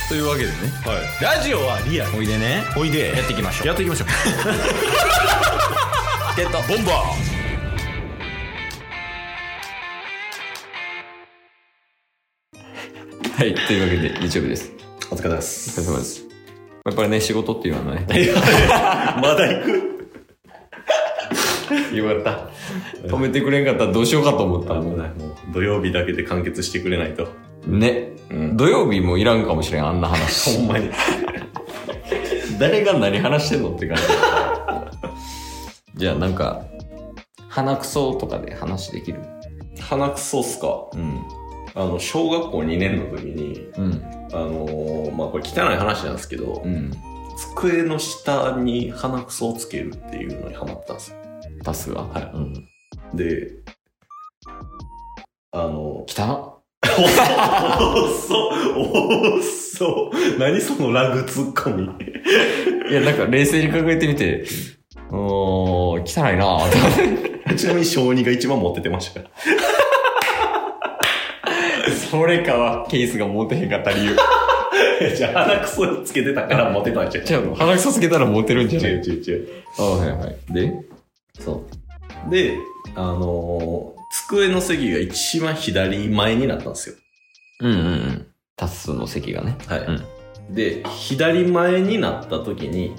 というわけでね、 はい、ラジオはリアル。 おいでね、 おいでやっていきましょう。 やっていきましょうゲットボンバー。はい、というわけで日曜日です。 お疲れ様でおす。 疲れ様です。やっぱりね、仕事っていうのはねまだ行くよかった。止めてくれんかったらどうしようかと思ったもんね。 もう土曜日だけで完結してくれないとね、 うん、 土曜日もいらんかもしれん、あんな話。 ほんまに誰が何話してんのって感じ。じゃあなんか鼻くそとかで話できる？ 鼻くそっすか。小学校2年の時にまあこれ汚い話なんですけど、机の下に鼻くそをつけるっていうのにハマったんですよ。 タスが、はい、 で汚っおっそ何そのラグツッコミいやなんか冷静に考えてみて汚いなぁちなみに小2が一番モテてましたそれかはケースがモテへんかった理由じゃあ鼻くそつけてたからモテたんじゃん。 違うの？鼻くそつけたらモテるんじゃない？ 違うはいはい。でそうで机の席が一番左前になったんですよ。 タスの席がね。 はい。で、左前になった時に、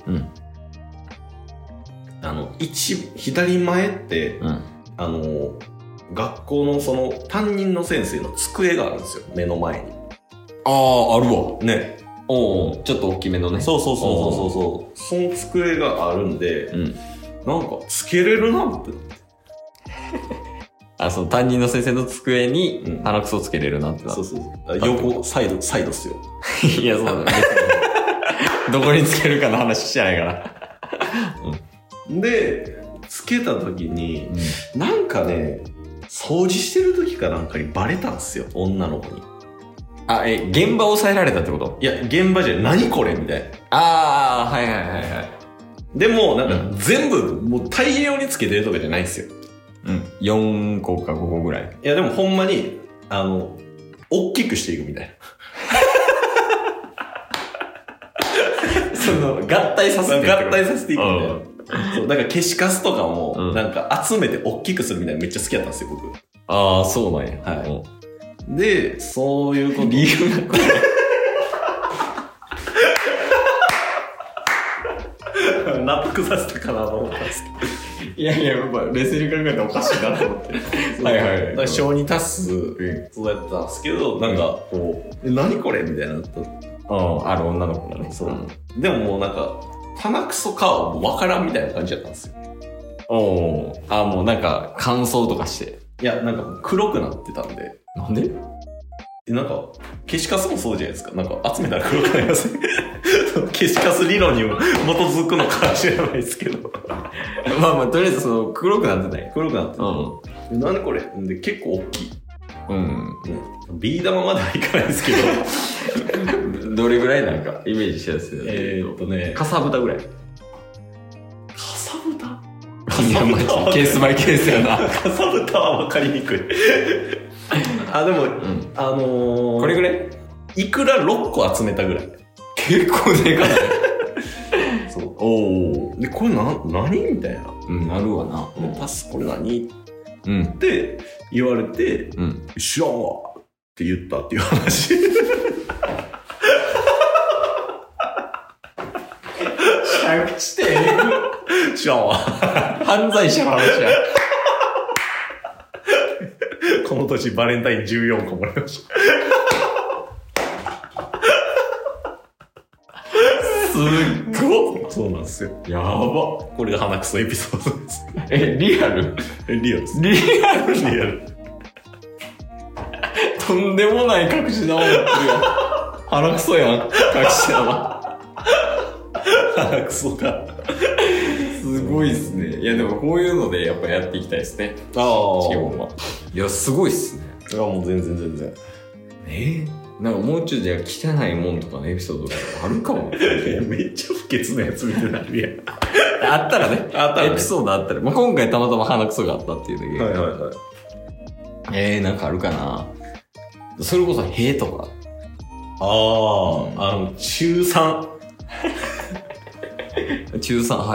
左前って、学校のその担任の先生の机があるんですよ、目の前に。 ああ、あるわ。 ね。 ちょっと大きめのね。 そう。その机があるんで、なんかつけれるなってなって。 その担任の先生の机に鼻くそつけれるなってなって。 そう。横、サイドっすよ。 いや、そうだね。どこにつけるかの話じゃないから。 で、つけた時に、なんかね、掃除してる時かなんかにバレたんですよ、女の子に。 現場を抑えられたってこと？ いや、現場じゃ何これみたいな。 はい。 でも、なんか全部、もう大量につけてるとかじゃないんですよ。 4個か5個ぐらい。 いや、でもほんまに、大きくしていくみたいな。その、合体させていくみたいな。 そう、だから消しカスとかも、なんか集めて大きくするみたいなめっちゃ好きだったんですよ、僕。 ああ、そうなんや。 はい。で、そういうこと。 理由がこれ。納得させたかなと思ったんですけど。 いや、やっぱ冷静に考えたらおかしいなと思って。はい。 だから小2足す、そうやったんですけど、なんか、こう、何これみたいなのと。 ある女の子がね。 そう。でももうなんか、鼻くそかわからんみたいな感じだったんですよ。 もうなんか、乾燥とかして。 いや、なんか黒くなってたんで。 なんで？ なんか、消しカスもそうじゃないですか。なんか集めたら黒くなりますね。消しカス理論に基づくのかもしれないですけど。 まあ、とりあえず黒くなってない。 黒くなってた。何これで、結構大きい。ビー玉まではいかないですけど。 どれぐらいなんか、イメージしやすい。かさぶたぐらい。 かさぶたいや、ケースバイケースやな。 かさぶたは分かりにくい。でも、 これぐらい？ いくら6個集めたぐらい。 結構でかい。 そう。で、これ何みたいな。 なるわな。 パス、これ何って言われて、知らんわって言ったっていう話。 着地点知らんわ。 犯罪者の話や。 この年バレンタイン14個もらいました。 すっごっ。 そうなんですよ。 やば。 これが鼻くそエピソードです。 リアル？ リアルです。 リアル。とんでもない隠し玉持ってるよ。鼻くそやん。隠し玉。 鼻くそか。 すごいっすね。いやでもこういうのでやっぱやっていきたいですね。基本は。いやすごいっすね。 いやもう全然。 なんかもうちょいじゃあ汚いもんとかのエピソードがあるかも。 いやめっちゃ不潔なやつみたいなるやん。 あったらね。エピソードあったら。今回たまたま鼻くそがあったっていうだけ。なんかあるかな。それこそ塀とか。 中3。 中3、はい。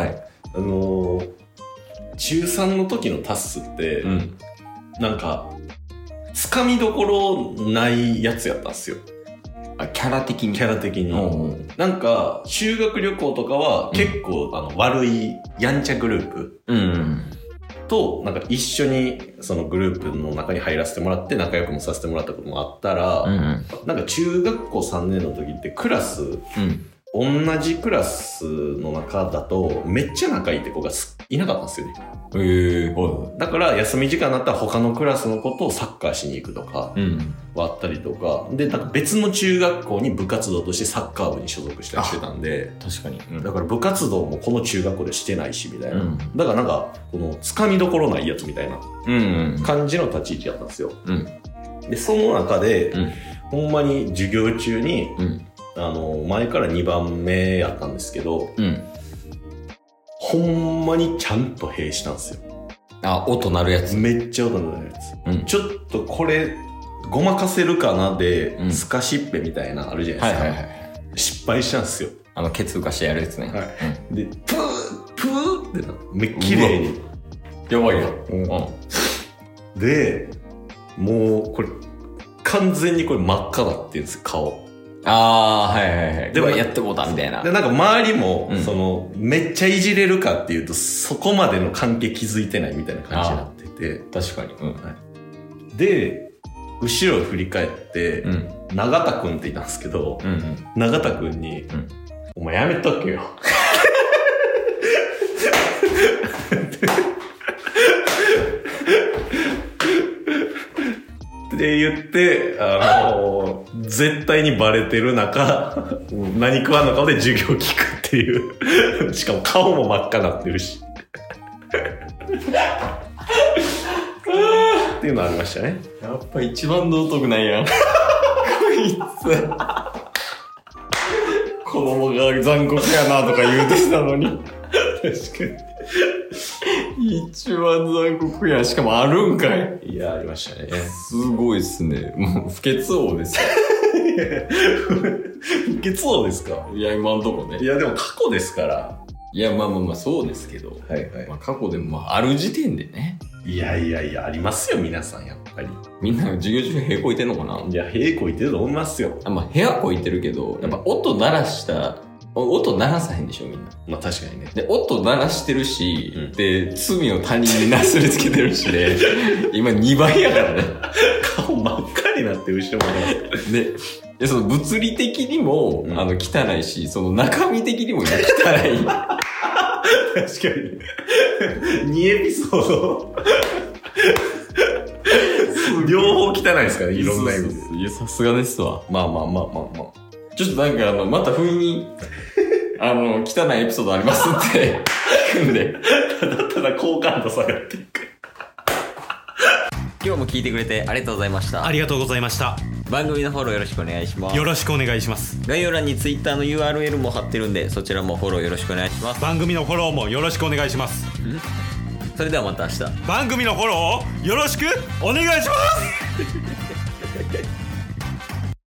中3の時のタッスって、なんか、つかみどころないやつやったんですよ。 キャラ的に。 なんか、修学旅行とかは結構、悪いやんちゃグループ。と、なんか一緒にそのグループの中に入らせてもらって仲良くもさせてもらったこともあったら、なんか中学校3年の時ってクラス、同じクラスの中だとめっちゃ仲いいって子がいなかったんですよね。だから休み時間になったら他のクラスの子とサッカーしに行くとかはあったりとか、で、なんか別の中学校に部活動としてサッカー部に所属したりしてたんで、 確かに。 だから部活動もこの中学校でしてないしみたいな。だからなんか、このつかみどころないやつみたいな感じの立ち位置やったんですよ。で、その中で、ほんまに授業中に、前から2番目やったんですけど、ほんまにちゃんと閉したんですよ。 音鳴るやつ。 めっちゃ音鳴るやつ。ちょっとこれ、ごまかせるかなで、スカシッペみたいなあるじゃないですか。失敗したんですよ。 ケツ浮かしてやるやつね。 で、プーってめっきれいに。 やばいよ。 で、もう、これ、完全にこれ真っ赤だって言うんですよ、顔。 でもやってもうたみたいな。 で、なんか周りも、めっちゃいじれるかっていうと、そこまでの関係気づいてないみたいな感じになってて。 確かに。 で、後ろを振り返って、永田くんっていたんですけど、永田くんに、お前やめとけよ。って言って、絶対にバレてる中、何食わんの顔で授業聞くっていう。しかも顔も真っ赤になってるし。っていうのありましたね。 やっぱ一番道徳ないやん。こいつ。子供が残酷やなとか言うてたのに。 確かに。 一番残酷や。しかもあるんかい。 いや、ありましたね。 すごいっすね。もう不潔王ですよ。 不潔王ですか？ いや、今んとこね。 いや、でも過去ですから。 いや、まあそうですけど。過去でもある時点でね。 いや、ありますよ、皆さん、やっぱり。 みんな授業中屁こいてんのかな？ いや、屁こいてると思いますよ。 部屋こいてるけど、やっぱ音鳴らさへんでしょ、みんな。 まあ確かにね。 で、音鳴らしてるし、で、罪を他人になすりつけてるしで、今2倍やからね。 顔真っ赤になって後ろまで、その物理的にも、汚いし、その中身的にも汚い。 確かに。2エピソード。両方汚いですからね、いろんな意味で。 いや、さすがですわ。 まあ。 ちょっとなんかまた不意に、汚いエピソードありますって聞くんで。 ただ好感度下がっていく。 今日も聞いてくれてありがとうございました。 ありがとうございました。 番組のフォローよろしくお願いします。 よろしくお願いします。 概要欄に Twitter の URL も貼ってるんで、そちらもフォローよろしくお願いします。 番組のフォローもよろしくお願いします。 それではまた明日。 番組のフォローをよろしくお願いします。